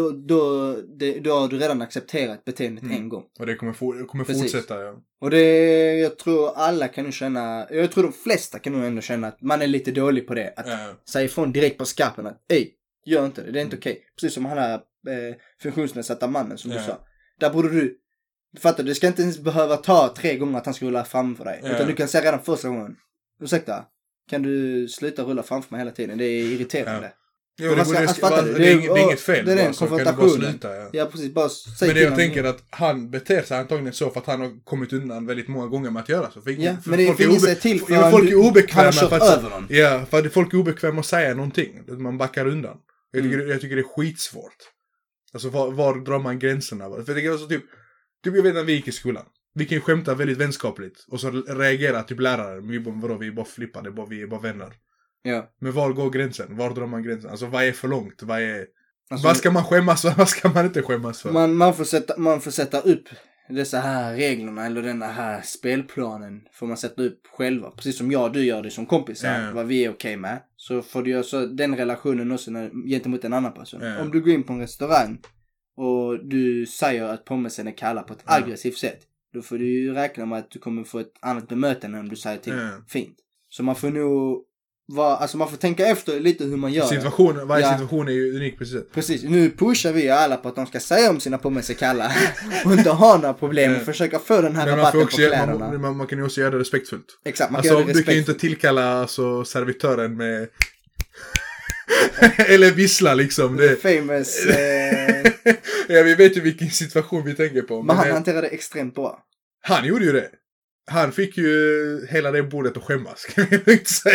då har du redan accepterat beteendet en gång. Och det kommer fortsätta, Och jag tror alla kan nog känna, jag tror de flesta kan nog ändå känna att man är lite dålig på det. Att säga ifrån direkt på skarpen att, gör inte det är inte okej. Precis som han här funktionsnedsatta mannen som du sa. Där borde du Du fattar, det ska inte ens behöva ta 3 gånger att han ska rulla framför dig. Utan du kan säga redan första gången. Ursäkta, kan du sluta rulla framför mig hela tiden? Det är irriterande. Jo, det är inget fel. Det är en konfrontation. Ja, precis. Bara säg men det jag tänker att han beter sig antagligen så för att han har kommit undan väldigt många gånger med att göra så. Men det finns ett till för folk är obekväma för att ja, för att folk är obekväma att säga någonting. Man backar undan. Jag tycker det är skitsvårt. Alltså var drar man gränserna? För det är alltså typ jag vet när vi gick i skolan. Vi kan ju skämta väldigt vänskapligt. Och så reagerar typ läraren. Vi är bara flippade, vi är bara vänner. Ja. Men var går gränsen? Var drar man gränsen? Alltså vad är för långt? Vad ska man skämmas för? Vad ska man inte skämmas för? Man får sätta upp dessa här reglerna eller den här spelplanen får man sätta upp själva. Precis som du gör det som kompisar. Vad vi är okej med. Så får du göra så den relationen också gentemot en annan person. Om du går in på en restaurang och du säger att pommesen är kalla på ett aggressivt sätt. Då får du ju räkna med att du kommer få ett annat bemötande om du säger till fint. Så man får nog man får tänka efter lite hur man gör. Varje situation är ju unik precis. Nu pushar vi alla på att de ska säga om sina pommes är kalla och inte ha några problem och försöka få den här rabatten på kläderna. Man kan ju också göra det respektfullt. Exakt, du kan ju inte tillkalla servitören med eller vissla liksom. Det famous ja, vi vet ju vilken situation vi tänker på. Men han hanterade det extremt bra. Han gjorde ju det. Han fick ju hela det bordet att skämmas, kan vi inte säga.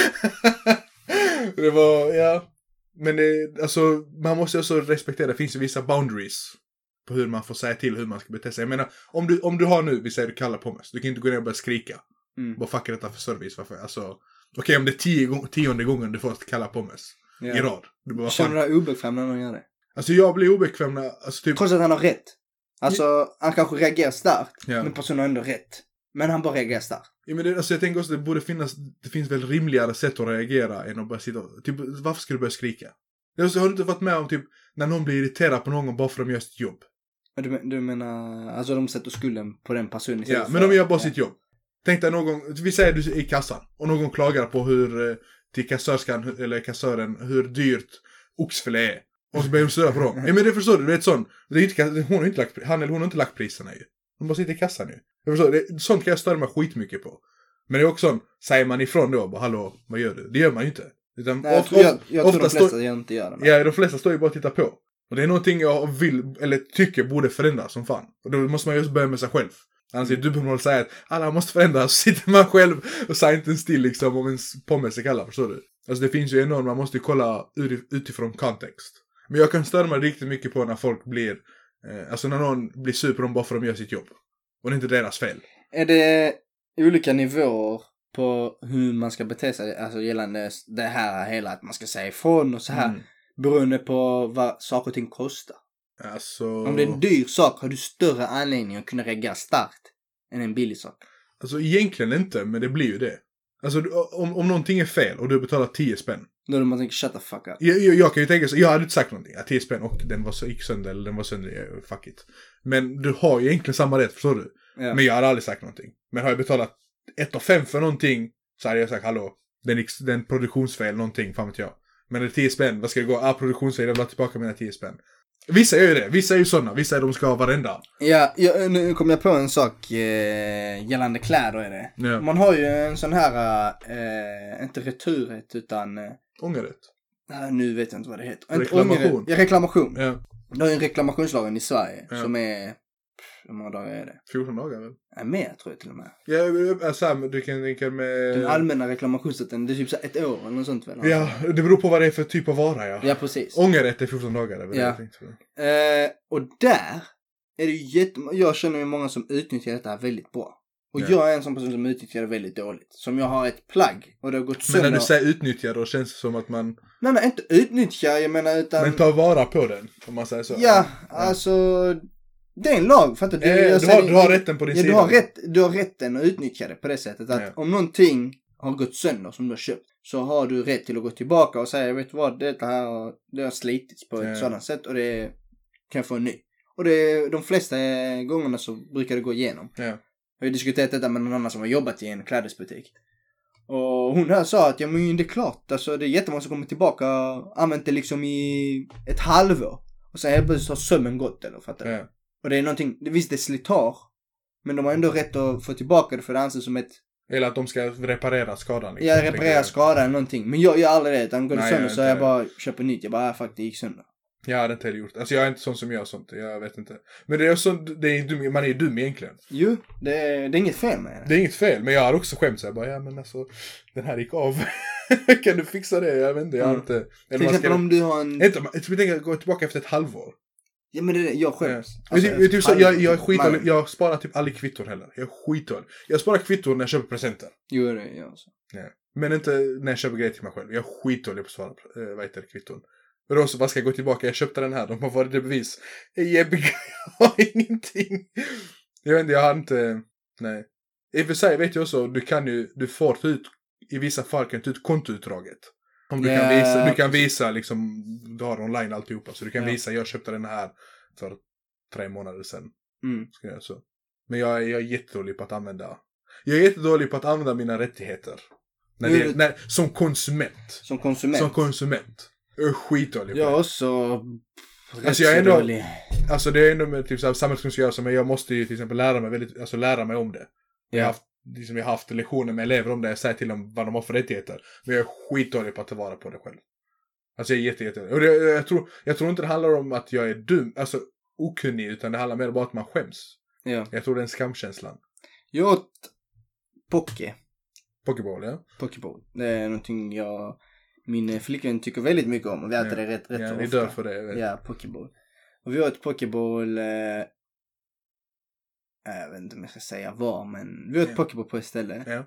Det var, men alltså, man måste också respektera, det finns ju vissa boundaries på hur man får säga till hur man ska bete sig. Jag menar, om du har nu, vi säger du kallar pommes, du kan inte gå ner och börja skrika. Vad fuck är detta för service? Alltså, okej, om det är 10:e gången du får kalla pommes i rad. Känner du dig obekväm när någon gör det? Alltså jag blir obekväm när, alltså typ... Trots att han har rätt. Alltså, han kanske reagerar starkt, men personen har ändå rätt. Men han bara reagerar starkt. Ja, men jag tänker också att det finns väl rimligare sätt att reagera än att bara sitta typ, varför ska du börja skrika? Har du inte varit med om typ när någon blir irriterad på någon bara för att de gör sitt jobb? Du menar, alltså de sätter skulden på den personen. Ja, men de gör bara sitt jobb. Tänk dig vi säger du är i kassan och någon klagar på hur till kassörskan eller kassören hur dyrt oxfilé är. Och så börjar de störa på dem. Ja, men det förstår du, det är ett sånt. Han eller hon har inte lagt priserna ju. De bara sitter i kassan nu. Jag förstår, sånt kan jag störa mig skitmycket på. Men det är också sånt, säger man ifrån då, bara, hallå, vad gör du? Det gör man ju inte. Utan nej, jag tror de flesta inte gör det. Ja, de flesta står ju bara och tittar på. Och det är någonting jag vill, eller tycker borde förändras som fan. Och då måste man just börja med sig själv. Annars är det dubbelmål att säga att alla måste förändras. Så sitter man själv och säger inte en still liksom om en pommes är kalla, förstår du? Alltså det finns ju enormt, man måste ju kolla utifrån kontext. Men jag kan störa mig riktigt mycket på när folk blir, alltså när någon blir sur på dem bara för att de gör sitt jobb. Och det är inte deras fel. Är det olika nivåer på hur man ska bete sig, alltså gällande det här hela att man ska säga ifrån och så här, beroende på vad saker och ting kostar? Alltså... Om det är en dyr sak har du större anledning att kunna reagera starkt än en billig sak. Alltså egentligen inte, men det blir ju det. Alltså om någonting är fel och du betalar 10 spänn. Då är det man tänker, shut the fuck up. Jag kan ju tänka så, jag hade inte sagt någonting. 10 spänn och den gick sönder eller den var sönder, fuck it. Men du har ju egentligen samma rätt, förstår du? Ja. Men jag hade aldrig sagt någonting. Men har jag betalat 1,5 för någonting så hade jag sagt, hallå, den produktionsfel någonting, fan vet jag. Men det är 10 spänn, vad ska det gå? Produktionsfel, jag vill ha tillbaka mina 10 spänn. Vissa är ju det, vissa är ju sådana, vissa är de ska ha varenda. Ja, nu kom jag på en sak gällande kläder är det. Ja. Man har ju en sån här, inte returrätt utan... ångerrätt. Nu vet jag inte vad det heter. Reklamation. Ja, reklamation. Ja. Det är en reklamationslagen i Sverige som är... Hur många dagar är det? 14 dagar väl? Ja, mer tror jag till och med. Ja, Sam, du kan tänka med... Den allmänna reklamationsrätten, det är typ så 1 år eller något sånt väl? Ja, det beror på vad det är för typ av vara, ja. Ja, precis. Ångerrätt är 14 dagar, det är väl jag tänkte på. Och där är det ju jag känner ju många som utnyttjar detta väldigt bra. Och jag är en sån person som utnyttjar det väldigt dåligt. Som jag har ett plagg och det har gått sönder. Men när du säger utnyttja då känns det som att man... Nej, inte utnyttja, jag menar utan... Men ta vara på den, om man säger så. Ja, alltså... Det är en lag, fattar du? Du har rätten på din sida. Du har rätten att utnyttja det på det sättet. Att om någonting har gått sönder som du har köpt, så har du rätt till att gå tillbaka och säga, jag vet vad, det har slitits på ett sådant sätt och det kan jag få en ny. Och de flesta gångerna så brukar det gå igenom. Ja. Jag har diskuterat detta med någon annan som har jobbat i en klädesbutik. Och hon här sa att, ja men det är klart, alltså det är jättemånga som kommer tillbaka och använt det liksom i ett halvår. Och sen helt plötsligt har sömmen gått, eller fattar du? Ja. Och det är någonting, visst det är slitage. Men de har ändå rätt att få tillbaka det för det anses som ett... Eller att de ska reparera skadan. Liksom. Ja, reparera skadan eller någonting. Men jag gör aldrig det. Utan går det sönder så jag bara köper nytt. Jag bara, fuck, det gick sönder. Jag hade inte gjort. Alltså jag är inte sån som gör sånt. Jag vet inte. Men det är så, man är ju dum egentligen. Jo, det är inget fel med det. Det är inget fel. Men jag har också skämt så jag bara, ja men alltså, den här gick av. Kan du fixa det? Jag vet inte, jag har inte. Till exempel om du har en... Jag tänker gå tillbaka efter ett halvår. Ja men det är jag skäms. Jag sparar typ aldrig kvittor heller. Jag är skitdålig. Jag sparar kvittor när jag köper presenter. Jo det är jag också. Ja. Men inte när jag köper grejer till mig själv. Jag är skitdålig på att svara kvitton. Och då så bara ska jag gå tillbaka. Jag köpte den här. De har varit det bevis. Jag har ingenting. Jag vet inte, jag har inte... Nej. I och för sig vet jag också. Du får ta ut... I vissa fall kan du ta ut kontoutdraget. Om du kan visa liksom, du har online alltihopa. Så du kan visa, jag köpte den här för 3 månader sedan. Ska jag så. Men jag är jättedålig på att använda. Jag är jättedålig på att använda mina rättigheter. Som konsument. Som konsument. Jag är skitdålig på det. Jag också. Alltså jag är ändå. Alltså det är ändå med typ samhällskunskap. Men jag måste ju till exempel lära mig om det. Ja. Jag har haft lektioner med elever om det. Jag säger till dem vad de har för rättigheter. Men jag är skitdålig på att ta vara på det själv. Alltså jag är jätte. Och jag tror inte det handlar om att jag är dum. Alltså okunnig. Utan det handlar mer bara att man skäms. Ja. Jag tror det är en skamkänslan. Jag åt Pokeball, ja. Pokeball. Det är någonting min flickvän tycker väldigt mycket om. Och vi äter det rätt så ofta. Ja, ni dör för det. Jag vet. Ja, Pokeball. Och vi åt Pokeball... jag vet inte om jag ska säga var, men vi åt Pokeball på ett ställe. Ja.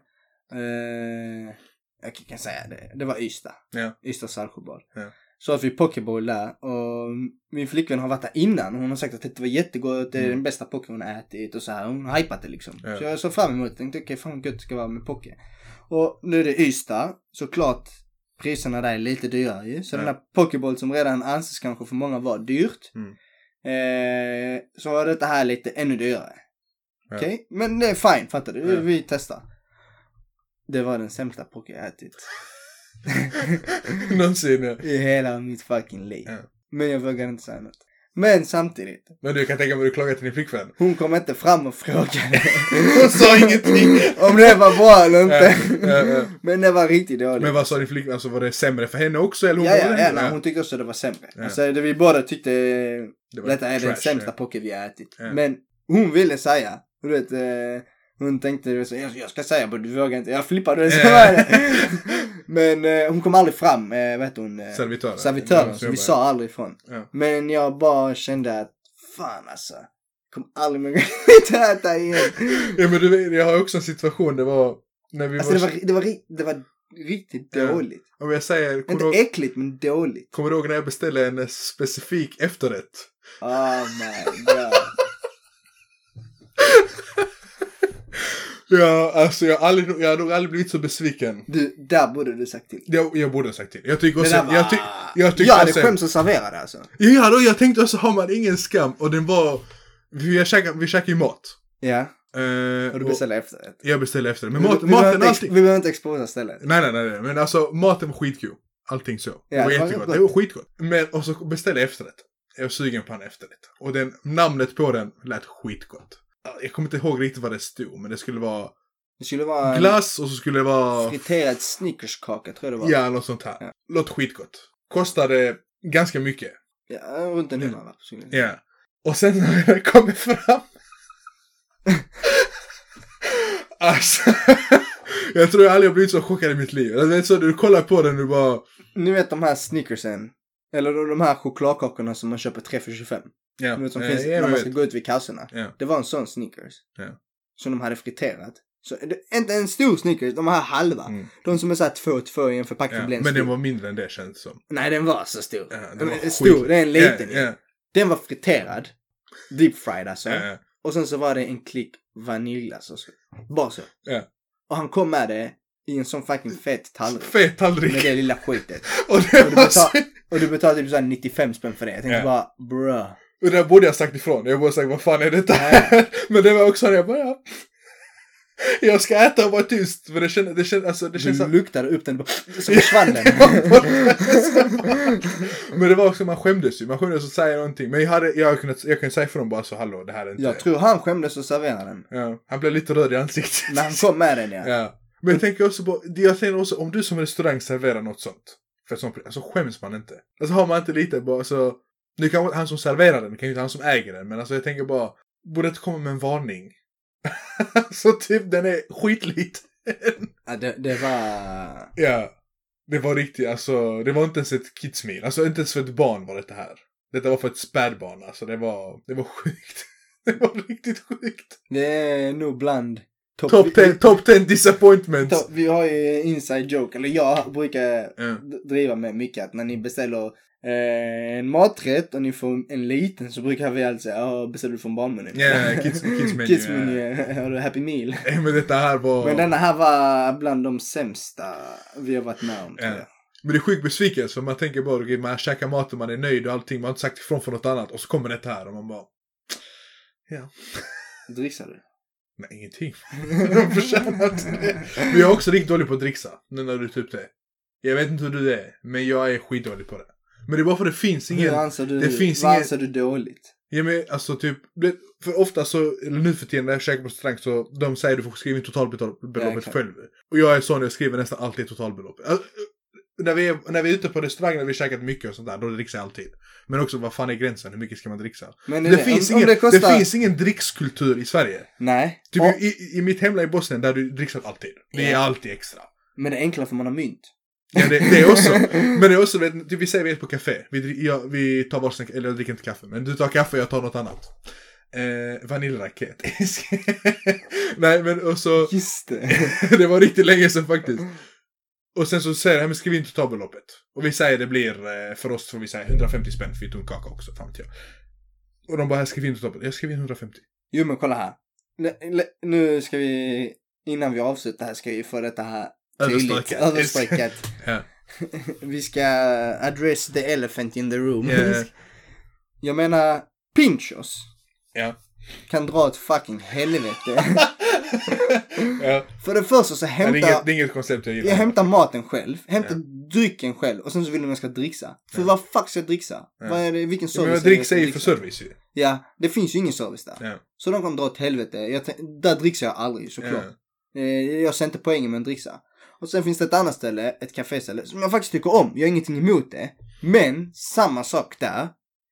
Jag kan säga det. Det var Ystad. Ja. Ystad Saltsjöbad. Ja. Så att vi Pokeball där. Och min flickvän har varit där innan. Hon har sagt att det var jättegott. Det är den bästa Poké hon har ätit. Och så här. Hon har hypat det liksom. Ja. Så jag såg fram emot det. Tänkte okej, fan gött ska vara med Poké. Och nu är det Ystad. Såklart priserna där är lite dyrare ju. Så den här Pokeball som redan anses kanske för många var dyrt. Så var det här lite ännu dyrare. Okej, men det är fine, fattar du? Vi testar. Det var den sämsta Poké jag ätit. Någonsin, i hela mitt fucking liv. Men jag vågar inte säga något. Men samtidigt. Men du kan tänka mig att du klagade till din flickvän. Hon kom inte fram och frågade. Hon sa ingenting. Om det var bra eller inte. Men det var riktigt dåligt. Men vad sa din flickvän? Alltså var det sämre för henne också? Eller nej, hon tyckte också det var sämre. Alltså det vi båda tyckte detta är den sämsta Poké vi har ätit. Men hon ville säga. Du vet, hon tänkte jag ska säga, men du vågar inte. Jag flippade det. Men hon kom aldrig fram, vet hon. Servitören, så vi sa aldrig ifrån. Men jag bara kände att fan alltså. Kom aldrig med att äta igen. Ja men du vet, jag har också en situation. Det var när vi alltså det var riktigt dåligt. Om jag säger, inte äckligt men dåligt. Kommer du ihåg när jag beställde en specifik efterrätt? Oh my god. Ja, alltså jag har nog aldrig blivit så besviken. Där borde du sagt till. Jag borde ha sagt till. Jag tycker också... Jag hade skäms att servera det alltså. Ja, då jag tänkte också, har man ingen skam. Och den var... Vi käkade ju mat. Ja. Och du beställde efterrätt. Jag beställde efterrätt. Men maten alltid... Vi behöver inte exposa stället. Nej. Men alltså, maten var skitkul. Allting så. Det var jättegott. Det var skitgott. Men, och så beställde jag efterrätt. Jag var sugen på en efterrätt. Och namnet på den lät skitgott. Jag kommer inte ihåg riktigt vad det stod, men det skulle vara glass och så skulle det vara friterad snickerskaka tror jag det var. Ja, något sånt här. Ja. Låt skitgott. Kostade ganska mycket. Ja, runt en 100 va. Ja. Och sen när det kommer fram alltså jag tror jag aldrig har blivit så chockad i mitt liv. Det är så du kollar på den och du bara... Ni vet de här snickersen. Eller de här chokladkakorna som man köper 3 för 25. Ja. Som finns när man ska gå ut vid kassorna. Ja. Det var en sån Snickers. Ja. Som de hade friterat. Så, inte en stor Snickers, de här halva. De som är såhär 2 i en förpackning. Ja. Men den var mindre än det känns som. Nej, den var så stor. Ja, den var stor, det är en liten. Ja. Den var friterad. Deep fried alltså. Ja. Och sen så var det en klick vaniljglass. Bara så. Ja. Och han kom med det i en sån fucking fett tallrik. Med det lilla skitet. Och du betalade typ såhär 95 spänn för det. Jag tänkte bara, bruh. Och där borde jag sagt ifrån. Jag borde sagt, vad fan är detta här? Men det var också när jag bara, Jag ska äta och vara tyst. För det känns du luktade upp den som försvann den. Men det var också, man skämdes att säga någonting. Men jag kunde säga ifrån bara så, hallå, det här är inte... Jag tror han skämdes och serverade den. Ja, han blev lite röd i ansiktet. När han kom med den, ja. Men jag tänker också om du som restaurang serverar något sånt. För sånt, alltså skäms man inte. Alltså har man inte lite bara så... Nu kan han som serverar den, kan ju inte han som äger den. Men alltså jag tänker bara, borde inte komma med en varning. Så typ den är skitliten. Ja, det var... Ja, det var riktigt, alltså det var inte ens ett kidsmeal. Alltså inte ens för ett barn var det här. Detta var för ett spädbarn, alltså det var sjukt. Det var riktigt sjukt. Det är nog bland... Top 10 disappointments. Vi har ju inside joke, eller jag brukar driva med mycket att när ni beställer en maträtt och ni får en liten så brukar vi alltså säga, beställer du från barnmenyn? Ja, kids menu. Har du happy meal? Men detta här var... Men denna här var bland de sämsta vi har varit med om, tror jag. Men det är sjukt besvikelse för man tänker bara, man käkar mat och man är nöjd och allting, man har inte sagt ifrån för något annat och så kommer det här och man bara... Ja. Dricksar du? Nej, ingenting. De förtjänar inte det. Men jag är också riktigt dålig på att dricksa. Nu när du typ det. Jag vet inte hur du är. Men jag är skitdålig på det. Men det är bara för det finns ingen... Vad anser du dåligt? Ja men alltså typ... För ofta så... Eller nu för tiden när jag käkar på restaurang så... De säger du får skriva in totalbeloppet själv. Och jag är sån, jag skriver nästan alltid totalbeloppet. Alltså, när vi är ute på restaurang när vi käkat mycket och sånt där, då dricksar jag alltid. Men också, vad fan är gränsen? Hur mycket ska man dricksa? Men det finns ingen drickskultur i Sverige. Nej. Typ i mitt hemland i Bosnien där du dricksar alltid. Det är alltid extra. Men det är enklare för man har mynt. Ja, det är också. Men det är också, typ, vi säger vi är på café. Vi tar varsin, eller jag dricker inte kaffe. Men du tar kaffe och jag tar något annat. Vaniljraket. Nej, men och så... Just det. Det var riktigt länge sedan faktiskt. Och sen så säger de, skriv in totalbeloppet. Och vi säger det blir, för oss får vi säga 150 spänn för vi tog en kaka också, fan jag. Och de bara, skriv in totalbeloppet. Jag skriver in 150. Jo men kolla här. Nu ska vi, innan vi avslutar här, ska vi få detta här tydligt. Översträckat. Ja. Vi ska address the elephant in the room. Yeah. Jag menar, Pinchos. Ja. Kan dra ett fucking helvete. Ja. För det första så hämtar... Det är inget koncept jag gillar. Jag hämtar maten själv. Hämtar drycken själv. Och sen så vill de att jag ska dricksa. För vad fuck ska jag dricksa? Vad är det, vilken service? Men dricksa är ju för service ju. Ja, det finns ju ingen service där. Ja. Så de kan dra ett helvete. Där dricksar jag aldrig, såklart. Ja. Jag ser inte poängen med att dricksa. Och sen finns det ett annat ställe, ett kaféställe, som jag faktiskt tycker om. Jag har ingenting emot det. Men, samma sak där.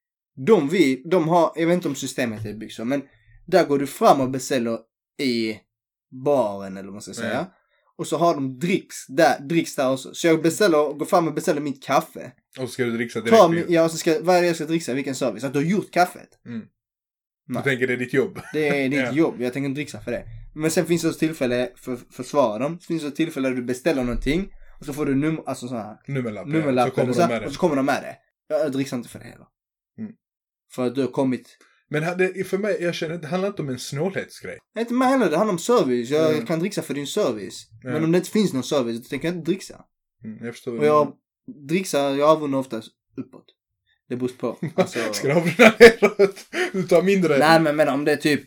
De har, jag vet inte om systemet är byggt så, men där går du fram och beställer i baren eller vad man ska säga. Ja. Och så har de dricks där också. Så jag går fram och beställer mitt kaffe. Och så ska du dricksa direkt. Ja, och så vad är det jag ska dricksa, vilken service? Att du har gjort kaffet. Du tänker det är ditt jobb. Det är ditt jobb, jag tänker inte dricksa för det. Men sen finns det ett tillfälle för att försvara dem. Så finns det ett tillfälle där du beställer någonting. Och så får du nummerlappen. Och så kommer de med det. Jag dricksar inte för det heller. För att du har kommit... Men för mig, jag känner det handlar inte om en snålhetsgrej. Inte med heller, det handlar om service. Jag kan dricksa för din service. Men om det inte finns någon service, då tänker jag inte dricksa. Jag förstår. Och jag avrundar oftast uppåt. Det beror på. Alltså... Ska du avrunda neråt? Du tar mindre. Nej, men om det är typ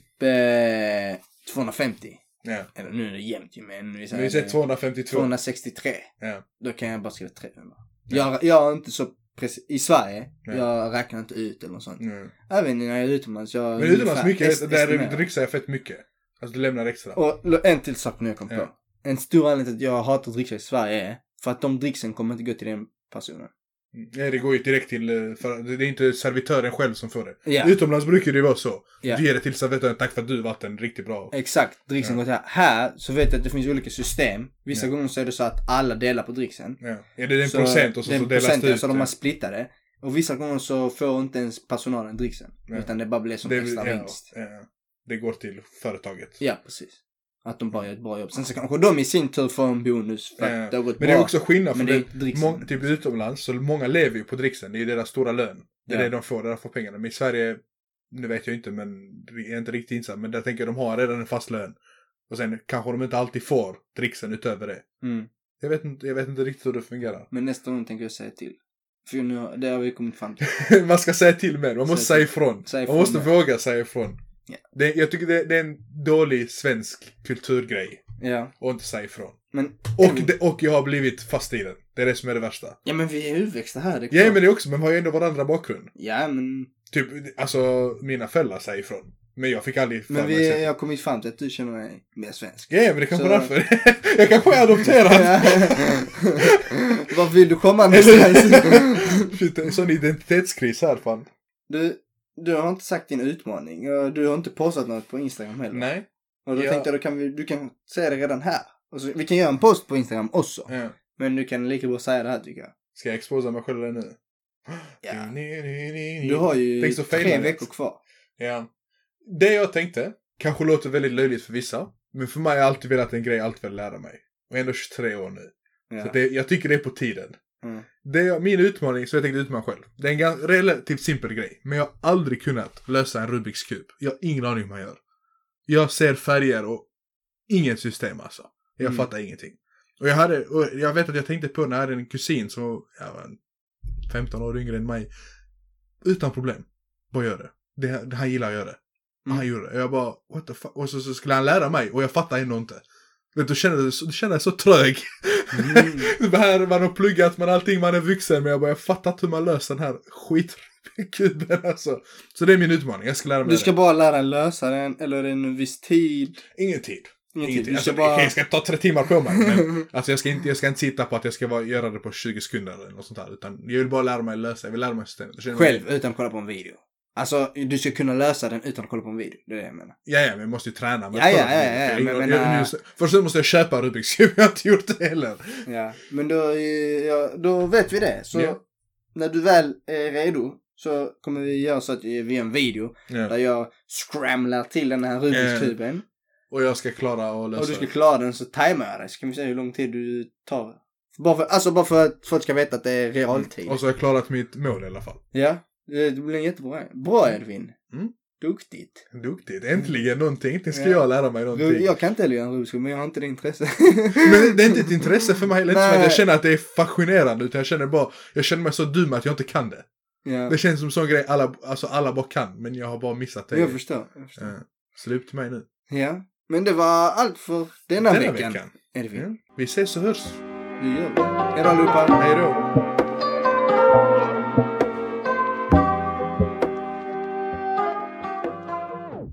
250. Ja. Eller nu är det jämnt ju, men vi säger 252. 263. Ja. Då kan jag bara skriva 300. Ja. Jag är inte så i Sverige. Ja. Jag räknar inte ut eller något sånt. Även när jag är utomlands. Men utomlands mycket, där dricksar jag fett mycket. Alltså du lämnar extra. Och en till sak nu jag kom på. En stor anledning till att jag hatar att dricka i Sverige är för att de dricksen kommer inte gå till den personen. Nej, det går ju direkt till, för det är inte servitören själv som får det. Ja. Utomlands brukar det vara så. Du ger det till servitören, tack för att du varit en riktigt bra. Exakt, dricksen går till här så vet jag att det finns olika system. Vissa gånger så är det så att alla delar på dricksen. Ja, det är en procent och så delas det ut. Så de har splittat det. Och vissa gånger så får inte ens personalen dricksen. Utan det bara blir som extra vinst. Ja. Det går till företaget. Ja, precis. Att de bara gör ett bra jobb. Sen så kanske de i sin tur får en bonus för att det har gått bra. Men det är också skillnad för typ utomlands så många lever ju på dricksen. Det är deras stora lön. Det är det de får pengarna. Men i Sverige, nu vet jag inte, men det är inte riktigt insatt. Men där tänker jag de har redan en fast lön. Och sen kanske de inte alltid får dricksen utöver det. Jag vet inte riktigt hur det fungerar. Men nästa gång tänker jag säga till. För nu, det har vi kommit fram till. Man ska säga till med. Man måste säga ifrån. Man måste våga säga ifrån. Yeah. Jag tycker det är en dålig svensk kulturgrej. Ja. Och inte säga ifrån. Men, och jag har blivit fast i den. Det är det som är det värsta. Ja, men vi är utväxta här. Det är ja, men det är också. Men vi har ju ändå varandra bakgrund. Ja, men... Typ, alltså, mina föräldrar säger ifrån. Men jag fick aldrig... Men jag har kommit fram till att du känner mig mer svensk. Ja, men det kanske var därför. Jag kanske är adopterad. Vad vill du komma någonstans? En sån identitetskris här, fan. Du har inte sagt din utmaning. Du har inte postat något på Instagram heller. Nej. Och då tänkte jag, du kan säga det redan här. Och så, vi kan göra en post på Instagram också. Ja. Men du kan lika bra säga det här, tycker jag. Ska jag exposa mig själv nu? Ja. Du har ju 3 veckor kvar. Ja. Det jag tänkte kanske låter väldigt löjligt för vissa. Men för mig har jag alltid velat en grej, alltid velat lära mig. Och ändå 23 år nu. Ja. Så jag tycker det är på tiden. Min utmaning, så jag tänkte utmana själv. Det är en relativt simpel grej. Men jag har aldrig kunnat lösa en Rubiks kub. Jag har ingen aning hur man gör. Jag ser färger och inget system alltså. Jag fattar ingenting. Och jag vet att jag tänkte på när jag hade en kusin som var 15 år yngre än mig. Utan problem. Bara gör det. Han gillar att göra det. Han gjorde det. Jag bara, what the fuck? Och så skulle han lära mig. Och jag fattar ändå inte. Vet du, känner jag så trög. Det här, man har pluggat, man allting, man är vuxen. Men jag fattar inte hur man löser den här skitkuben alltså. Så det är min utmaning, jag ska lära mig det. Du ska bara lära dig lösa den, eller är det en viss tid? Ingen tid. Alltså, jag ska ta 3 timmar på mig. Men, alltså, jag ska inte sitta på att jag ska göra det på 20 sekunder eller något sånt här. Utan jag vill bara lära mig lösa, jag vill lära mig systemet. Själv, utan att kolla på en video. Alltså, du ska kunna lösa den utan att kolla på en video. Det är det jag menar. Ja, men jag måste ju träna. Först måste jag köpa Rubiks kub. Jag har inte gjort det heller. Ja, men då vet vi det. Så när du väl är redo så kommer vi göra så att vi gör en video där jag scramlar till den här Rubiks kuben. Och jag ska klara att lösa. Och du ska klara den, så tajmar jag det. Så kan vi se hur lång tid du tar. Bara för att folk ska veta att det är realtid. Och så har jag klarat mitt mål i alla fall. Ja. Det blir jättebra. Bra, Edvin. Duktigt. Äntligen någonting. Äntligen ska jag lära mig någonting. Jag kan inte heller göra en Rubiks kub, men jag har inte det intresse. Men det är inte ett intresse för mig heller. Inte som att jag känner att det är fascinerande. Utan jag känner mig så dum att jag inte kan det. Ja. Det känns som en sån grej alla bara kan. Men jag har bara missat det. Jag förstår. Slut till mig nu. Ja. Men det var allt för denna veckan. Vi ses och hörs. Det gör vi. Hej då allihopa. Hej då.